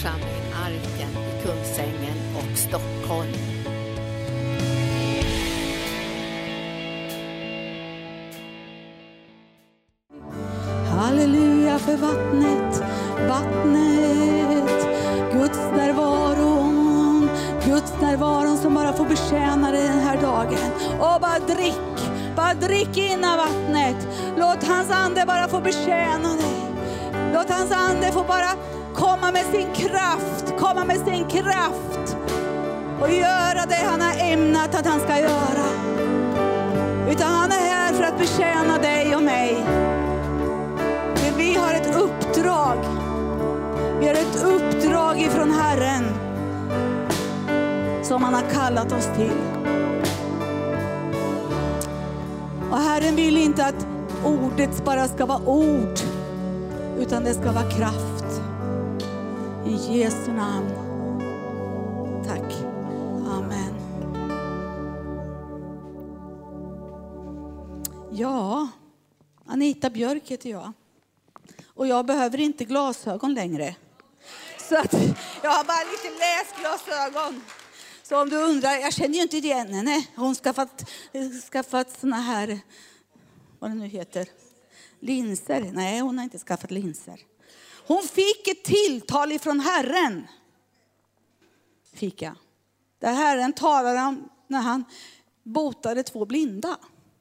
församling Arken i Kungsängen och Stockholm. Halleluja för vattnet, Guds närvaron som bara får betjäna dig den här dagen. Och bara drick in av vattnet. Låt hans ande bara få betjäna dig. Låt hans ande få bara komma med sin kraft och göra det han har ämnat att han ska göra. Utan han är här för att betjäna dig och mig. Men vi har ett uppdrag. Vi har ett uppdrag ifrån Herren som han har kallat oss till. Och Herren vill inte att ordet bara ska vara ord, utan det ska vara kraft. I Jesu namn. Tack. Amen. Ja, Anita Björk heter jag. Och jag behöver inte glasögon längre. Så att jag har bara lite läsglasögon. Så om du undrar, jag känner ju inte igen henne. Hon skaffat såna här, vad det nu heter, linser. Nej, hon har inte skaffat linser. Hon fick ett tilltal ifrån Herren. Fick jag. Där Herren talade om när han botade 2 blinda.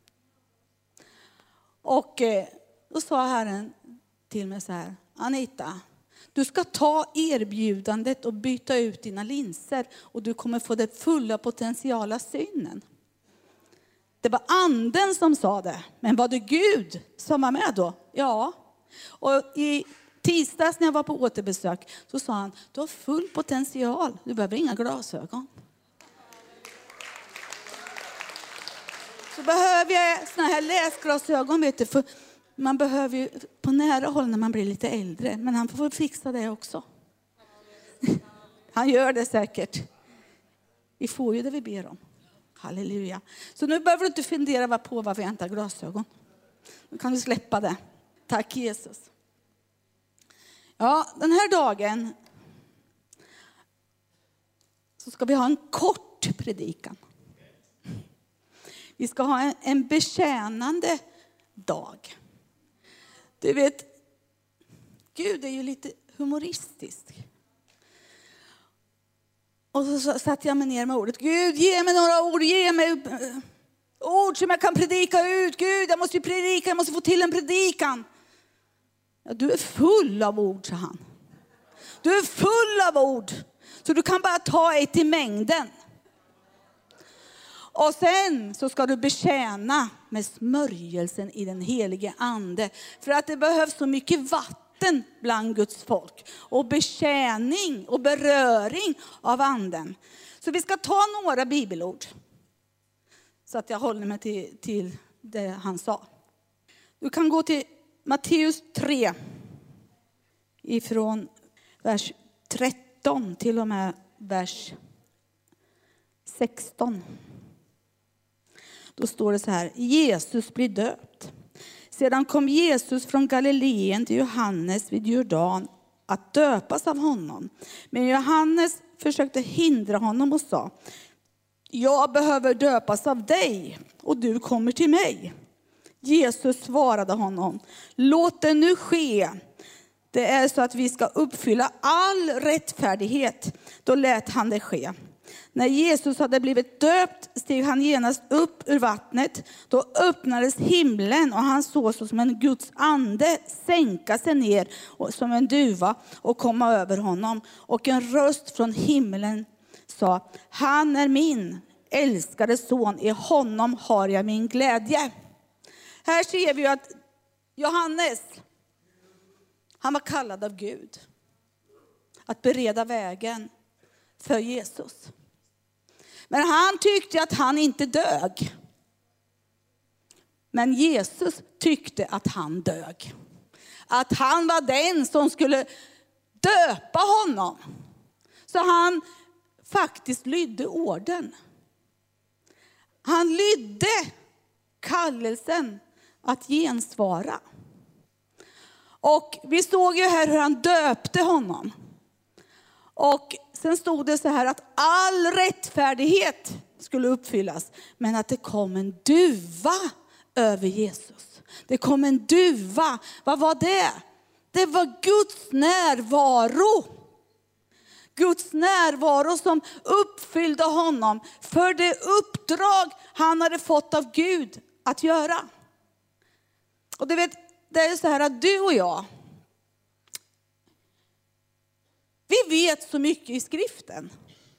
Och då sa Herren till mig så här: Anita, du ska ta erbjudandet och byta ut dina linser och du kommer få den fulla potentiala synen. Det var anden som sa det, men var det Gud som var med då? Ja. Och i tisdags när jag var på återbesök så sa han: du har full potential, du behöver inga glasögon. Så behöver jag såna här läsglasögon, vet du, för man behöver ju på nära håll när man blir lite äldre. Men han får fixa det också. Han gör det säkert. Vi får ju det vi ber om. Halleluja. Så nu behöver du inte fundera på varför jag inte har glasögon. Nu kan du släppa det. Tack Jesus. Ja, den här dagen så ska vi ha en kort predikan. Vi ska ha en betjänande dag. Du vet, Gud är ju lite humoristisk. Och så satte jag mig ner med ordet. Gud, ge mig några ord. Ge mig ord som jag kan predika ut. Gud, jag måste ju predika. Jag måste få till en predikan. Ja, du är full av ord, sa han. Du är full av ord. Så du kan bara ta ett i mängden. Och sen så ska du betjäna med smörjelsen i den helige ande. För att det behövs så mycket vatten bland Guds folk. Och betjäning och beröring av anden. Så vi ska ta några bibelord. Så att jag håller mig till det han sa. Du kan gå till Matteus 3. Ifrån vers 13 till och med vers 16. Då står det så här: Jesus blir döpt. Sedan kom Jesus från Galileen till Johannes vid Jordan att döpas av honom. Men Johannes försökte hindra honom och sa: jag behöver döpas av dig och du kommer till mig. Jesus svarade honom: låt det nu ske. Det är så att vi ska uppfylla all rättfärdighet. Då lät han det ske. När Jesus hade blivit döpt steg han genast upp ur vattnet. Då öppnades himlen och han såg så som en Guds ande sänka sig ner som en duva och komma över honom. Och en röst från himlen sa: han är min älskade son, i honom har jag min glädje. Här ser vi att Johannes, han var kallad av Gud att bereda vägen för Jesus. Men han tyckte att han inte dög. Men Jesus tyckte att han dög. Att han var den som skulle döpa honom. Så han faktiskt lydde orden. Han lydde kallelsen att gensvara. Och vi såg ju här hur han döpte honom. Och sen stod det så här att all rättfärdighet skulle uppfyllas. Men att det kom en duva över Jesus. Det kom en duva. Vad var det? Det var Guds närvaro. Guds närvaro som uppfyllde honom för det uppdrag han hade fått av Gud att göra. Och du vet, det är så här att du och jag, vi vet så mycket i skriften.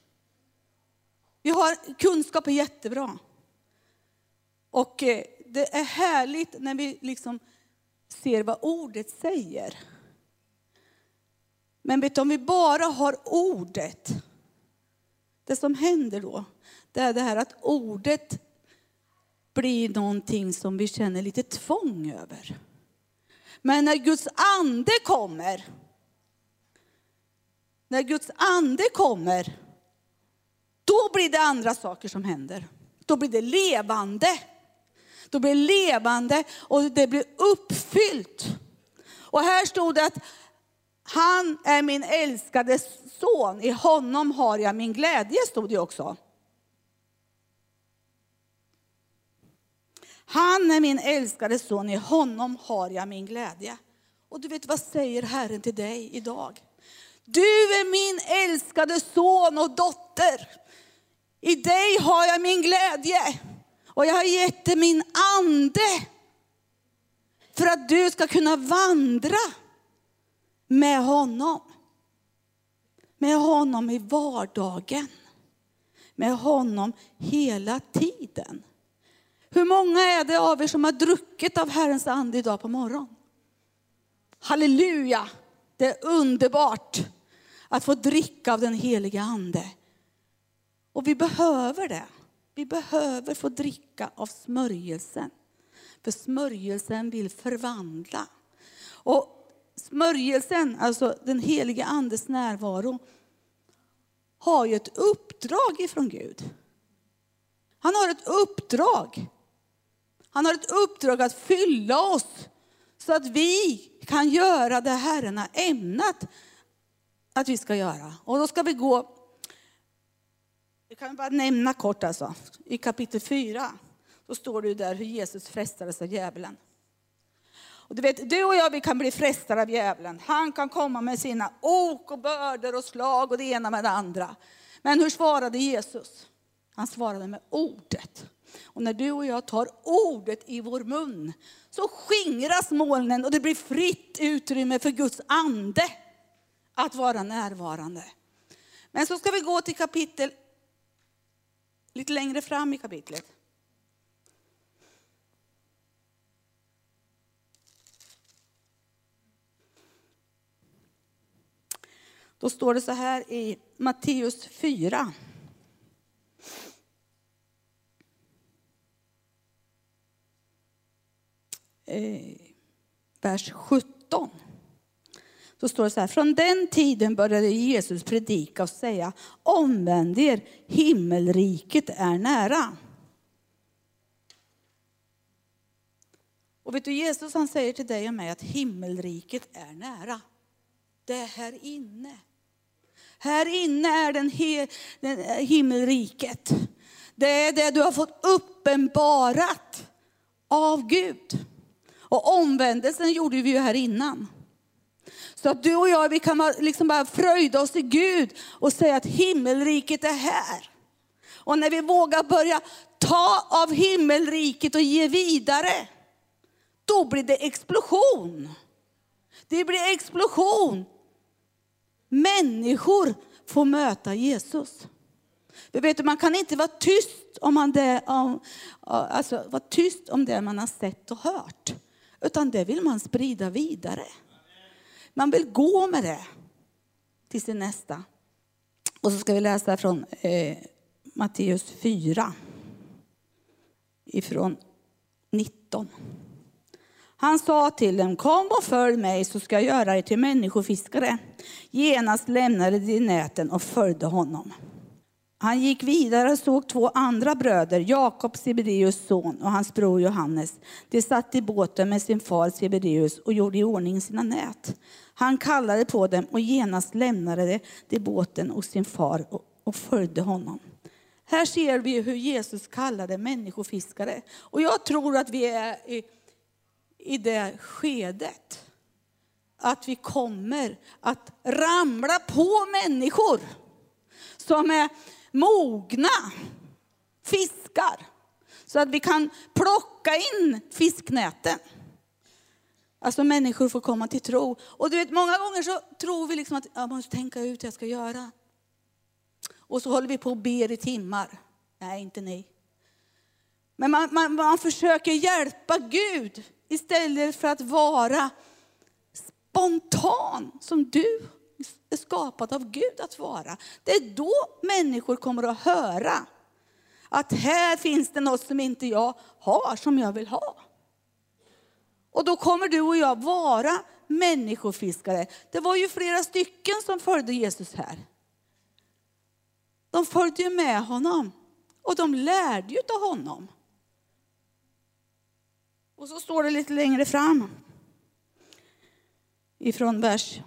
Vi har kunskap är jättebra. Och det är härligt när vi liksom ser vad ordet säger. Men vet du, om vi bara har ordet, det som händer då, det är det här att ordet blir någonting som vi känner lite tvång över. Men när Guds ande kommer, då blir det andra saker som händer. Då blir det levande. Då blir det levande och det blir uppfyllt. Och här stod det att han är min älskade son. I honom har jag min glädje, stod det också. Han är min älskade son. I honom har jag min glädje. Och du vet, vad säger Herren till dig idag? Du är min älskade son och dotter. I dig har jag min glädje. Och jag har gett dig min ande. För att du ska kunna vandra med honom. Med honom i vardagen. Med honom hela tiden. Hur många är det av er som har druckit av Herrens ande idag på morgon? Halleluja! Det är underbart att få dricka av den heliga ande. Och vi behöver det. Vi behöver få dricka av smörjelsen. För smörjelsen vill förvandla. Och smörjelsen, alltså den heliga andes närvaro, har ju ett uppdrag ifrån Gud. Han har ett uppdrag. Han har ett uppdrag att fylla oss så att vi kan göra det Herren har ämnat att vi ska göra. Och då ska vi gå, jag kan bara nämna kort alltså, i kapitel 4. Då står det där hur Jesus frestades av djävulen. Och du vet, du och jag, vi kan bli frestade av djävulen. Han kan komma med sina ok och bördor och slag och det ena med det andra. Men hur svarade Jesus? Han svarade med ordet. Och när du och jag tar ordet i vår mun så skingras molnen och det blir fritt utrymme för Guds ande att vara närvarande. Men så ska vi gå till kapitel lite längre fram i kapitlet. Då står det så här i Matteus 4. Vers 17. Då står det så här: från den tiden började Jesus predika och säga: omvänd er, himmelriket är nära. Och vet du, Jesus han säger till dig och mig att himmelriket är nära. Det är här inne. Här inne är den himmelriket. Det är det du har fått uppenbarat av Gud. Och omvändelsen gjorde vi ju här innan. Så att du och jag, vi kan liksom bara fröjda oss i Gud och säga att himmelriket är här. Och när vi vågar börja ta av himmelriket och ge vidare, då blir det explosion. Det blir explosion. Människor får möta Jesus. Du vet, man kan inte vara tyst vara tyst om det man har sett och hört. Utan det vill man sprida vidare. Man vill gå med det till sin nästa. Och så ska vi läsa från Matteus 4. Ifrån 19. Han sa till dem: kom och följ mig så ska jag göra er till människofiskare. Genast lämnade de näten och följde honom. Han gick vidare och såg 2 andra bröder, Jakob, Sebedeus son, och hans bror Johannes. De satt i båten med sin far Sebedeus och gjorde i ordning sina nät. Han kallade på dem och genast lämnade de båten och sin far och följde honom. Här ser vi hur Jesus kallade människofiskare. Och jag tror att vi är i det skedet. Att vi kommer att ramla på människor som är mogna fiskar. Så att vi kan plocka in fisknäten. Alltså människor får komma till tro. Och du vet, många gånger så tror vi liksom att jag måste tänka ut vad jag ska göra. Och så håller vi på och ber i timmar. Nej, inte ni. Men man försöker hjälpa Gud istället för att vara spontan som du är skapad av Gud att vara. Det är då människor kommer att höra att här finns det något som inte jag har, som jag vill ha. Och då kommer du och jag vara människofiskare. Det var ju flera stycken som följde Jesus här. De följde ju med honom. Och de lärde ju av honom. Och så står det lite längre fram. Ifrån vers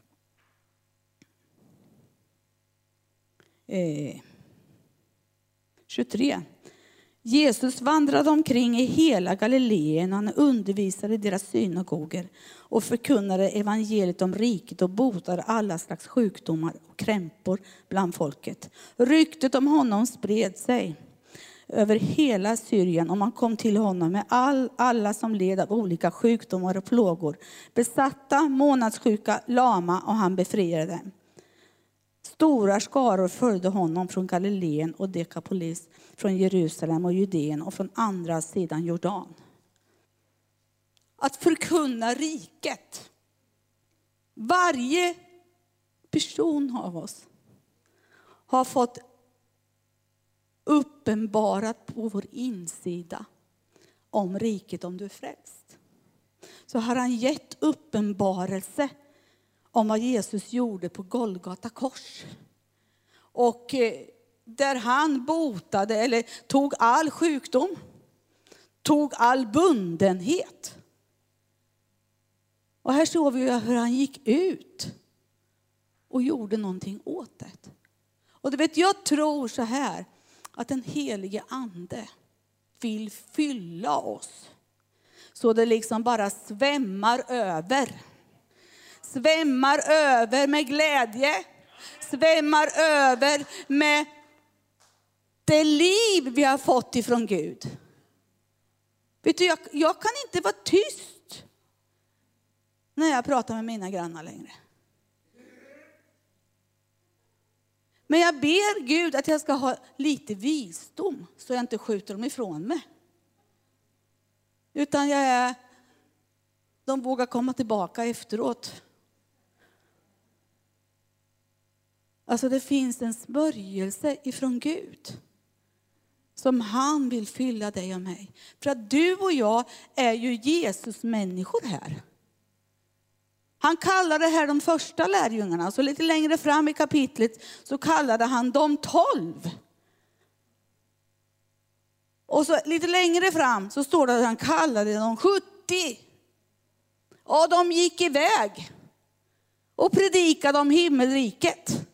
23. Jesus vandrade omkring i hela Galileen. Han undervisade i deras synagoger och förkunnade evangeliet om riket och botade alla slags sjukdomar och krämpor bland folket. Ryktet om honom spred sig över hela Syrien och man kom till honom med alla som led av olika sjukdomar och plågor. Besatta, månadssjuka, lama, och han befriade dem. Stora skaror följde honom från Galileen och Dekapolis, från Jerusalem och Judeen och från andra sidan Jordan. Att förkunna riket. Varje person av oss har fått uppenbarat på vår insida om riket, om du är frälst. Så har han gett uppenbarelse om vad Jesus gjorde på Golgata kors. Och där han botade eller tog all sjukdom, tog all bundenhet. Och här såg vi hur han gick ut och gjorde någonting åt det. Och du vet, jag tror så här att den helige ande vill fylla oss så det liksom bara svämmar över. Svämmar över med glädje. Svämmar över med det liv vi har fått ifrån Gud. Vet du, jag kan inte vara tyst när jag pratar med mina grannar längre. Men jag ber Gud att jag ska ha lite visdom så jag inte skjuter dem ifrån mig. Utan de vågar komma tillbaka efteråt. Alltså det finns en smörjelse ifrån Gud som han vill fylla dig och mig. För att du och jag är ju Jesus människor här. Han kallade här de första lärjungarna. Så lite längre fram i kapitlet så kallade han de 12. Och så lite längre fram så står det att han kallade de 70. Och de gick iväg och predikade om himmelriket.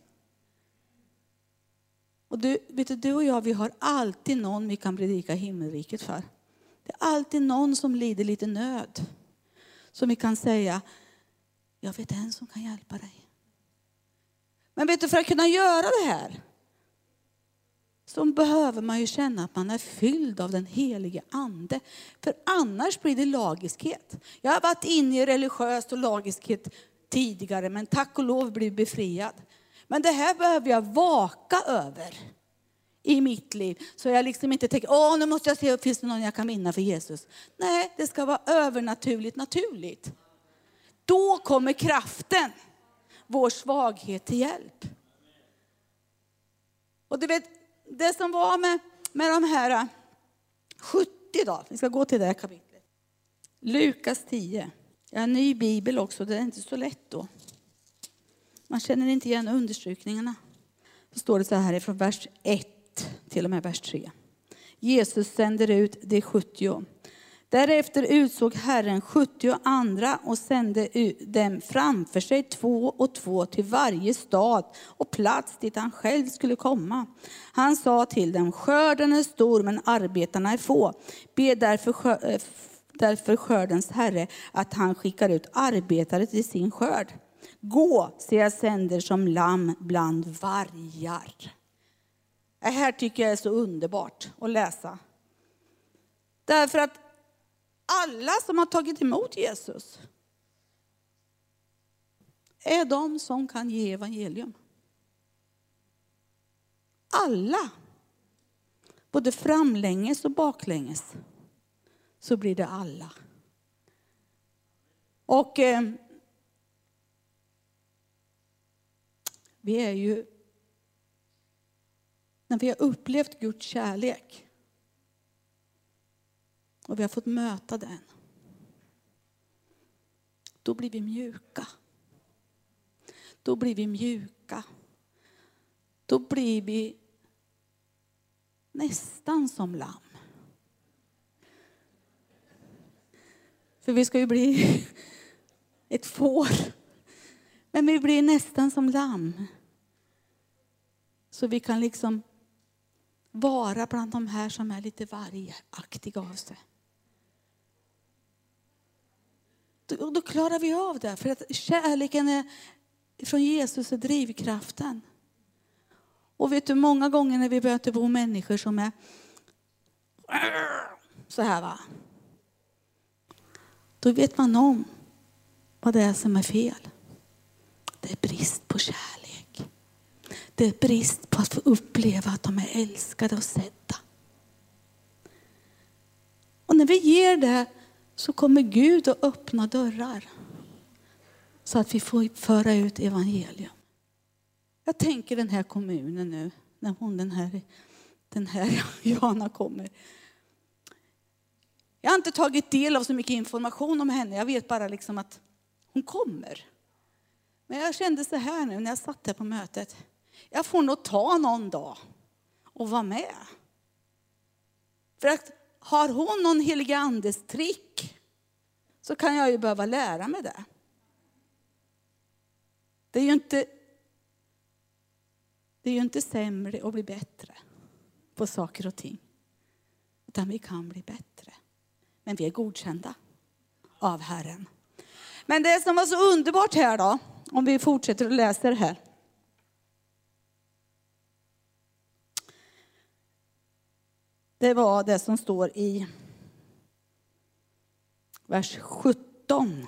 Och du och jag, vi har alltid någon vi kan predika himmelriket för. Det är alltid någon som lider lite nöd. Som vi kan säga, jag vet en som kan hjälpa dig. Men vet du, för att kunna göra det här så behöver man ju känna att man är fylld av den helige ande. För annars blir det lagiskhet. Jag har varit inne i religiöst och lagiskhet tidigare, men tack och lov blir befriad. Men det här behöver jag vaka över i mitt liv. Så jag liksom inte tänker, nu måste jag se, finns det någon jag kan vinna för Jesus? Nej, det ska vara övernaturligt, naturligt. Då kommer kraften, vår svaghet till hjälp. Och du vet, det som var med de här 70 då, vi ska gå till det här kapitlet. Lukas 10. Jag har en ny bibel också, det är inte så lätt då. Man känner inte igen understrykningarna. Så står det så här från vers 1 till och med vers 3. Jesus sänder ut de 70. Därefter utsåg Herren 70 andra och sände dem framför sig 2 och 2 till varje stad och plats dit han själv skulle komma. Han sa till dem: skörden är stor men arbetarna är få. Be därför skördens Herre att han skickar ut arbetare till sin skörd. Gå, se jag sänder som lamm bland vargar. Det här tycker jag är så underbart att läsa. Därför att alla som har tagit emot Jesus är de som kan ge evangelium. Alla. Både framlänges och baklänges. Så blir det alla. Och vi är ju, när vi har upplevt Guds kärlek och vi har fått möta den, då blir vi mjuka. Då blir vi mjuka. Då blir vi nästan som lamm. För vi ska ju bli ett får. Men vi blir nästan som lamm. Så vi kan liksom vara bland de här som är lite vargaktiga av sig. Då klarar vi av det. För att kärleken från Jesus är drivkraften. Och vet du, många gånger när vi möter på människor som är så här, va. Då vet man om vad det är som är fel. Det är brist på kärlek. Det är brist på att få uppleva att de är älskade och sedda. Och när vi ger det så kommer Gud att öppna dörrar. Så att vi får föra ut evangelium. Jag tänker den här kommunen nu. När den här Jana kommer. Jag har inte tagit del av så mycket information om henne. Jag vet bara liksom att hon kommer. Men jag kände så här nu när jag satt här på mötet. Jag får nog ta någon dag och vara med. För att har hon någon helig andes trick så kan jag ju behöva lära mig det. Det är ju inte sämre att bli bättre på saker och ting. Utan vi kan bli bättre. Men vi är godkända av Herren. Men det som var så underbart här då, om vi fortsätter att läsa det här. Det var det som står i vers 17.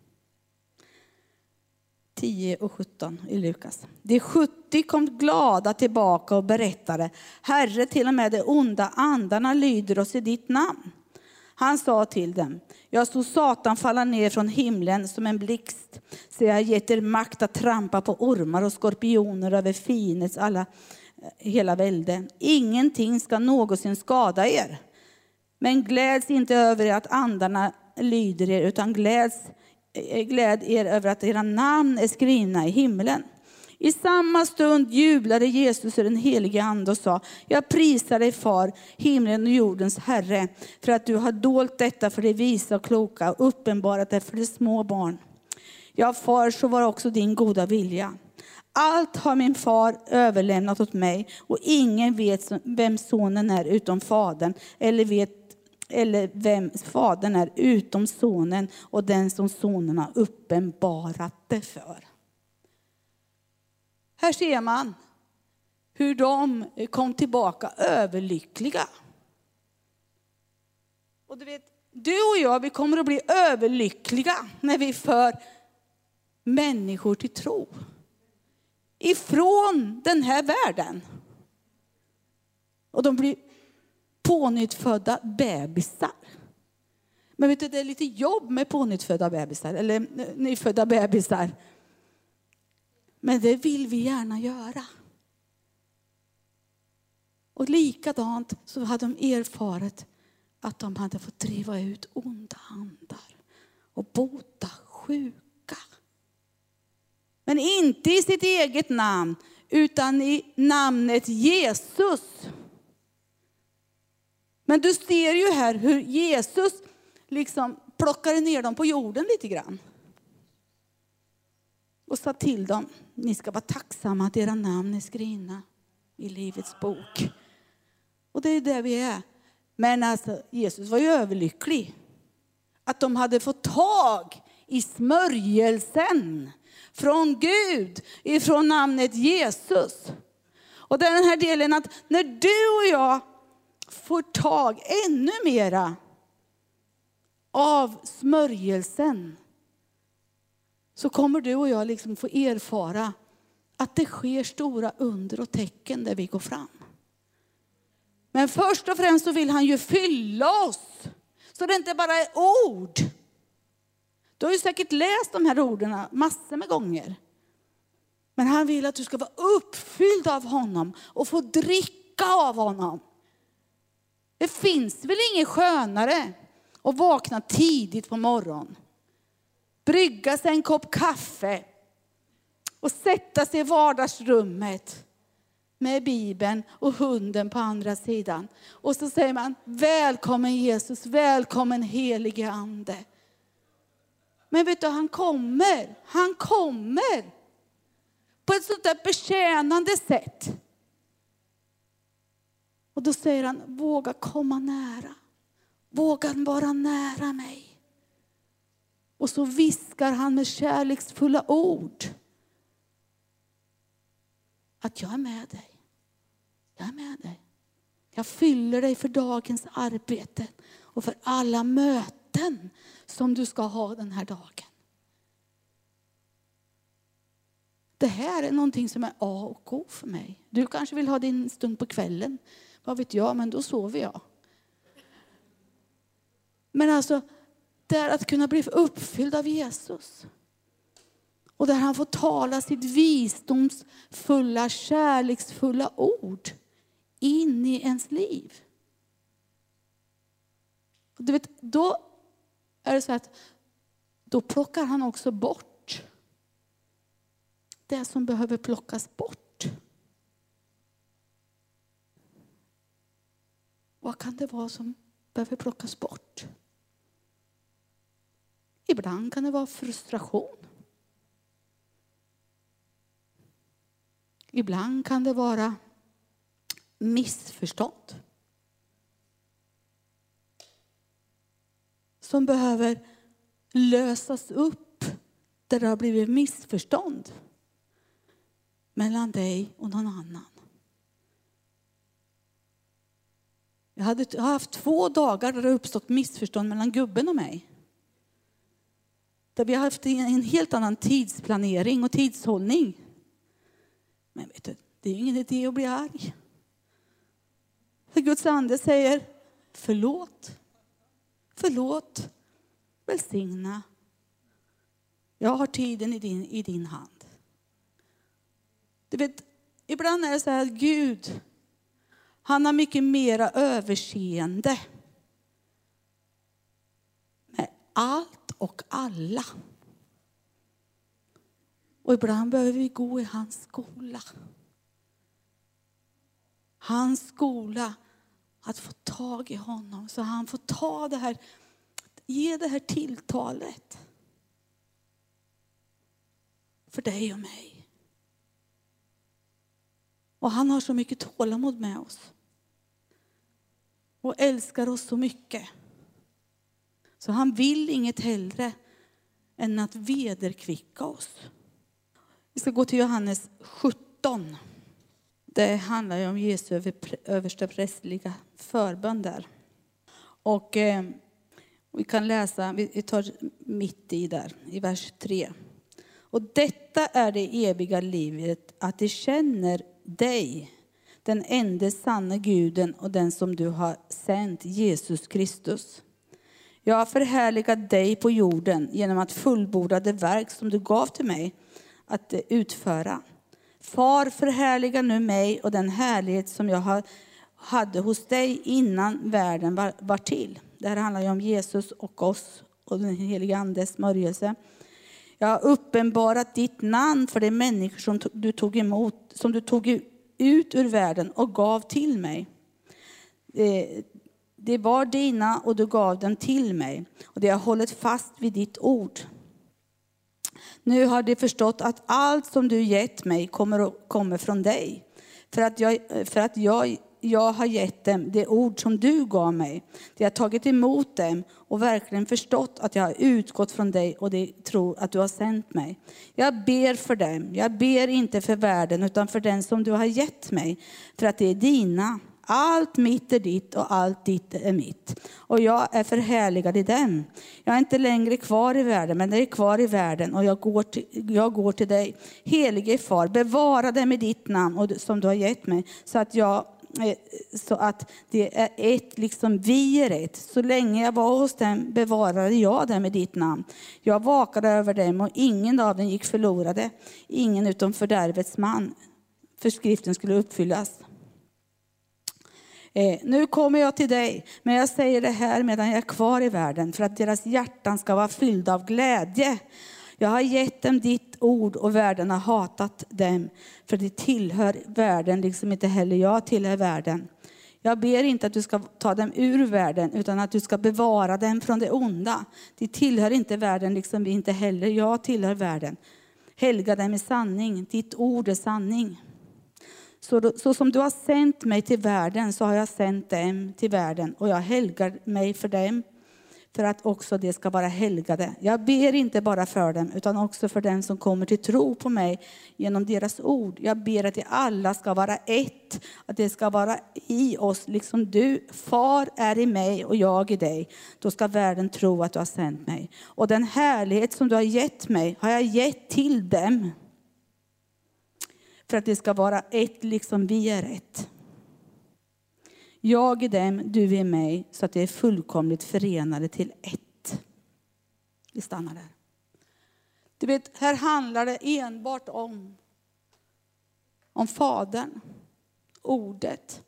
10 och 17 i Lukas. De 70 kom glada tillbaka och berättade: Herre, till och med de onda andarna lyder oss i ditt namn. Han sa till dem: jag såg Satan falla ner från himlen som en blixt. Så jag har gett er makt att trampa på ormar och skorpioner över fiendens hela välde. Ingenting ska någonsin skada er. Men gläds inte över att andarna lyder er, utan gläd er över att era namn är skrivna i himlen. I samma stund jublade Jesus i den helige ande och sa: jag prisar dig, far, himlen och jordens Herre, för att du har dolt detta för de visa och kloka och uppenbarat det för de små barn. Ja, far, så var också din goda vilja. Allt har min far överlämnat åt mig, och ingen vet vem sonen är utom fadern, eller vem fadern är utom sonen och den som sonen har uppenbarat det för. Här ser man hur de kom tillbaka överlyckliga. Och du vet, du och jag, vi kommer att bli överlyckliga när vi för människor till tro. Ifrån den här världen. Och de blir pånyttfödda bebisar. Men vet du, det är lite jobb med pånyttfödda bebisar. Eller nyfödda bebisar. Men det vill vi gärna göra. Och likadant så hade de erfarit att de hade fått driva ut onda andar. Och bota sjuka. Men inte i sitt eget namn, utan i namnet Jesus. Men du ser ju här hur Jesus liksom plockade ner dem på jorden lite grann. Och sa till dem, ni ska vara tacksamma att era namn är skrivna i livets bok. Och det är där vi är. Men alltså, Jesus var ju överlycklig. Att de hade fått tag i smörjelsen från Gud, ifrån namnet Jesus. Och det är den här delen att när du och jag får tag ännu mera av smörjelsen, så kommer du och jag liksom få erfara att det sker stora under och tecken där vi går fram. Men först och främst så vill han ju fylla oss. Så det inte bara är ord. Du har ju säkert läst de här orden massor med gånger. Men han vill att du ska vara uppfylld av honom och få dricka av honom. Det finns väl inget skönare att vakna tidigt på morgonen. Brygga sig en kopp kaffe och sätta sig i vardagsrummet med Bibeln och hunden på andra sidan. Och så säger man, välkommen Jesus, välkommen helige ande. Men vet du, han kommer på ett sånt där betjänande sätt. Och då säger han, våga komma nära. Våga vara nära mig. Och så viskar han med kärleksfulla ord. Att jag är med dig. Jag är med dig. Jag fyller dig för dagens arbete. Och för alla möten som du ska ha den här dagen. Det här är någonting som är A och O för mig. Du kanske vill ha din stund på kvällen. Vad vet jag, men då sover jag. Men alltså, det är att kunna bli uppfylld av Jesus. Och där han får tala sitt visdomsfulla, kärleksfulla ord in i ens liv. Och du vet, då är det så att då plockar han också bort det som behöver plockas bort. Vad kan det vara som behöver plockas bort? Ibland kan det vara frustration. Ibland kan det vara missförstånd. Som behöver lösas upp där det har blivit missförstånd mellan dig och någon annan. Jag har haft 2 dagar där det har uppstått missförstånd mellan gubben och mig. Där vi har haft en helt annan tidsplanering och tidshållning. Men vet du, det är ju ingen idé att bli arg. För Guds ande säger, förlåt, välsigna. Jag har tiden i din hand. Du vet, ibland är det så här att Gud, han har mycket mera överseende med allt och alla. Och ibland behöver vi gå i hans skola. Hans skola, att få tag i honom. Så han får ta det här, ge det här tilltalet. För dig och mig. Och han har så mycket tålamod med oss. Och älskar oss så mycket. Så han vill inget hellre än att vederkvicka oss. Vi ska gå till Johannes 17. Det handlar ju om Jesu översteprästliga förbön där. Och vi kan läsa, vi tar mitt i där, i vers 3. Och detta är det eviga livet, att de känner dig, den enda sanna Guden och den som du har sänt, Jesus Kristus. Jag har förhärligat dig på jorden genom att fullborda det verk som du gav till mig att utföra. Far, förhärliga nu mig och den härlighet som jag hade hos dig innan världen var till. Det här handlar ju om Jesus och oss och den heliga andes smörjelse. Jag har uppenbarat ditt namn för de människor som du tog emot, som du tog ut ur världen och gav till mig. Det var dina och du gav dem till mig. Och de har hållit fast vid ditt ord. Nu har de förstått att allt som du gett mig kommer från dig. För att jag har gett dem det ord som du gav mig. De har tagit emot dem och verkligen förstått att jag har utgått från dig och de tror att du har sänt mig. Jag ber för dem. Jag ber inte för världen utan för den som du har gett mig. För att det är dina. Allt mitt är ditt och allt ditt är mitt. Och jag är förhärligad i dem. Jag är inte längre kvar i världen, men jag är kvar i världen och jag går till dig. Helige far, bevara dem i ditt namn och som du har gett mig. Så att det är ett, liksom vi är ett. Så länge jag var hos dem bevarade jag dem i ditt namn. Jag vakade över dem och ingen av dem gick förlorade. Ingen utom fördärvets man. För skriften skulle uppfyllas. Nu kommer jag till dig, men jag säger det här medan jag är kvar i världen för att deras hjärtan ska vara fyllda av glädje. Jag har gett dem ditt ord och världen har hatat dem, för de tillhör världen liksom inte heller jag tillhör världen. Jag ber inte att du ska ta dem ur världen utan att du ska bevara dem från det onda. De tillhör inte världen liksom inte heller jag tillhör världen. Helga dem i sanning, ditt ord är sanning. Så som du har sänt mig till världen så har jag sänt dem till världen. Och jag helgar mig för dem för att också det ska vara helgade. Jag ber inte bara för dem utan också för dem som kommer till tro på mig genom deras ord. Jag ber att de alla ska vara ett. Att det ska vara i oss liksom du, far, är i mig och jag i dig. Då ska världen tro att du har sänt mig. Och den härlighet som du har gett mig har jag gett till dem. För att det ska vara ett liksom vi är ett. Jag är dem, du är mig. Så att det är fullkomligt förenade till ett. Vi stannar där. Du vet, här handlar det enbart om Fadern, Ordet,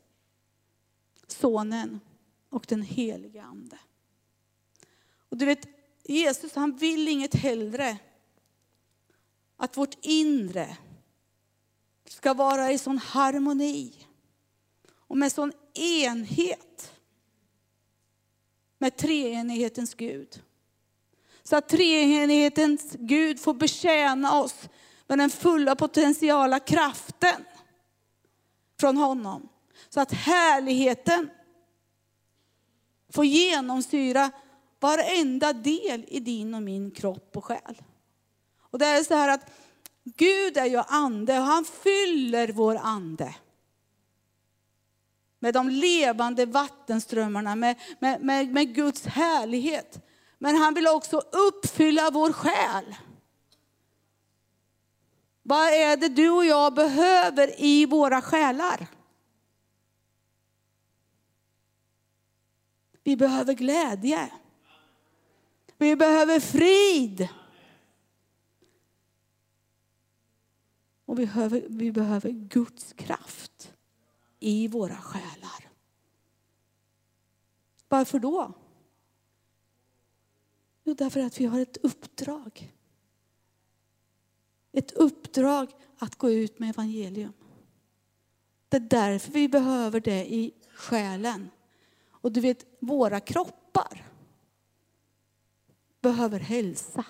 Sonen och den helige Ande. Och du vet, Jesus han vill inget hellre att vårt inre ska vara i sån harmoni och med sån enhet med treenighetens Gud. Så att treenighetens Gud får betjäna oss med den fulla potentiala kraften från honom. Så att härligheten får genomsyra varenda del i din och min kropp och själ. Och det är så här att Gud är ju ande och han fyller vår ande med de levande vattenströmmarna, med Guds härlighet. Men han vill också uppfylla vår själ. Vad är det du och jag behöver i våra själar? Vi behöver glädje. Vi behöver frid. Och vi behöver Guds kraft i våra själar. Varför då? Jo, därför att vi har ett uppdrag. Ett uppdrag att gå ut med evangelium. Det är därför vi behöver det i själen. Och du vet, våra kroppar behöver hälsa.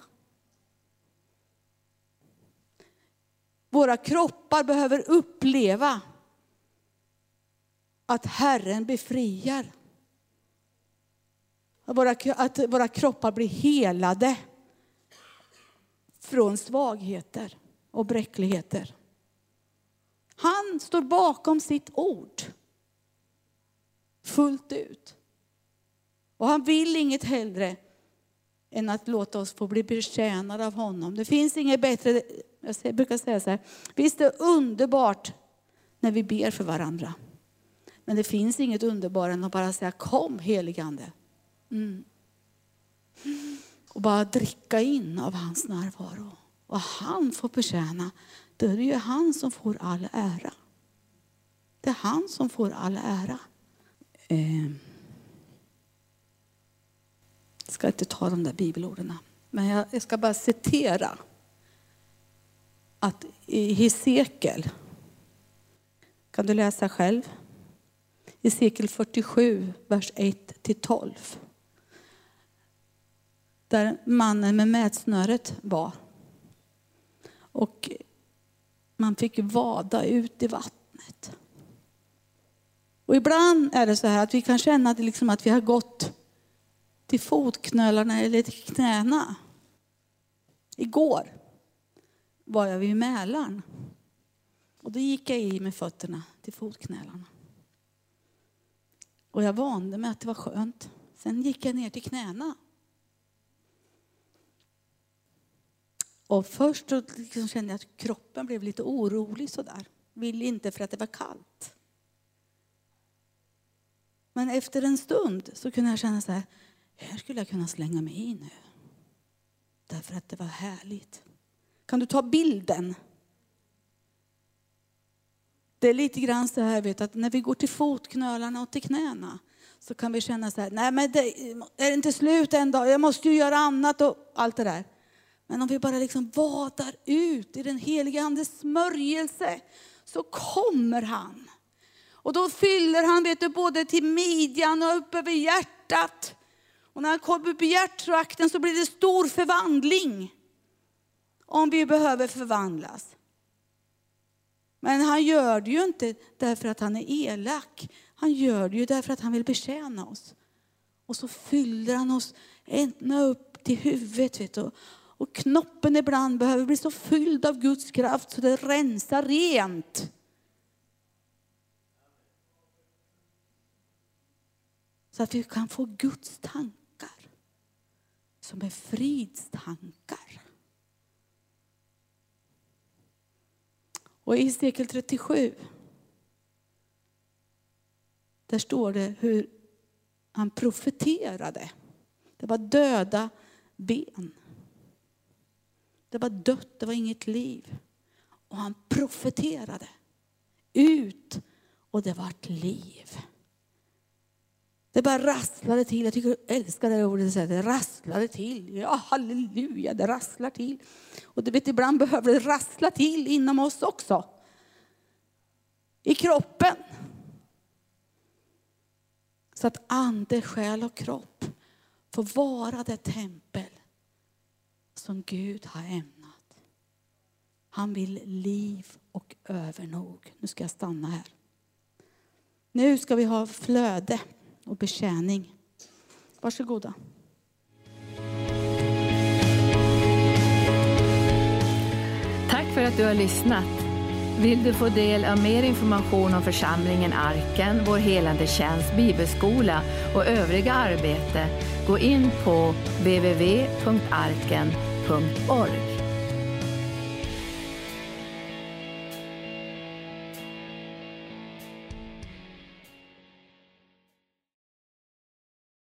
Våra kroppar behöver uppleva att Herren befriar. Att våra kroppar blir helade från svagheter och bräckligheter. Han står bakom sitt ord fullt ut. Och han vill inget hellre än att låta oss få bli betjänade av honom. Det finns inget bättre, jag brukar säga så här, visst det är underbart när vi ber för varandra. Men det finns inget underbart än att bara säga kom heligande. Och bara dricka in av hans närvaro. Och han får betjäna. Då är det ju han som får all ära. Det är han som får all ära. Jag ska inte ta de där bibelorden. Men jag ska bara citera att i Hesekiel, kan du läsa själv? Hesekiel 47, vers 1-12. Där mannen med mätsnöret var. Och man fick vada ut i vattnet. Och ibland är det så här att vi kan känna att vi har gått till fotknölarna eller till knäna. Igår var jag vid Mälaren. Och då gick jag i med fötterna till fotknölarna. Och jag vande mig att det var skönt. Sen gick jag ner till knäna. Och först så kände jag att kroppen blev lite orolig sådär. Vill inte för att det var kallt. Men efter en stund så kunde jag känna så här skulle jag kunna slänga mig i nu. Därför att det var härligt. Kan du ta bilden? Det är lite grann så här, vet, att när vi går till fotknölarna och till knäna så kan vi känna så här, nej men det är inte slut en dag, jag måste ju göra annat och allt det där. Men om vi bara vadar ut i den heliga andes smörjelse så kommer han. Och då fyller han både till midjan och upp över hjärtat. Och när han kommer upp i hjärttrakten så blir det stor förvandling. Om vi behöver förvandlas. Men han gör det ju inte därför att han är elak. Han gör det ju därför att han vill betjäna oss. Och så fyller han oss ända upp till huvudet. Vet du. Och knoppen ibland behöver bli så fylld av Guds kraft så det rensar rent. Så att vi kan få Guds tankar. Som är fridstankar. Och i Hesekiel 37. Där står det hur han profeterade. Det var döda ben. Det var dött, det var inget liv. Och han profeterade ut och det var ett liv. Det bara rasslade till. Jag älskar det ordet. Det rasslade till. Ja, halleluja, det rasslar till. Och du vet, ibland behöver det rassla till inom oss också. I kroppen. Så att ande, själ och kropp får vara det tempel som Gud har ämnat. Han vill liv och övernog. Nu ska jag stanna här. Nu ska vi ha flöde och betjäning. Varsågoda. Tack för att du har lyssnat. Vill du få del av mer information om församlingen Arken, vår helande tjänst, bibelskola och övriga arbete, gå in på www.arken.org.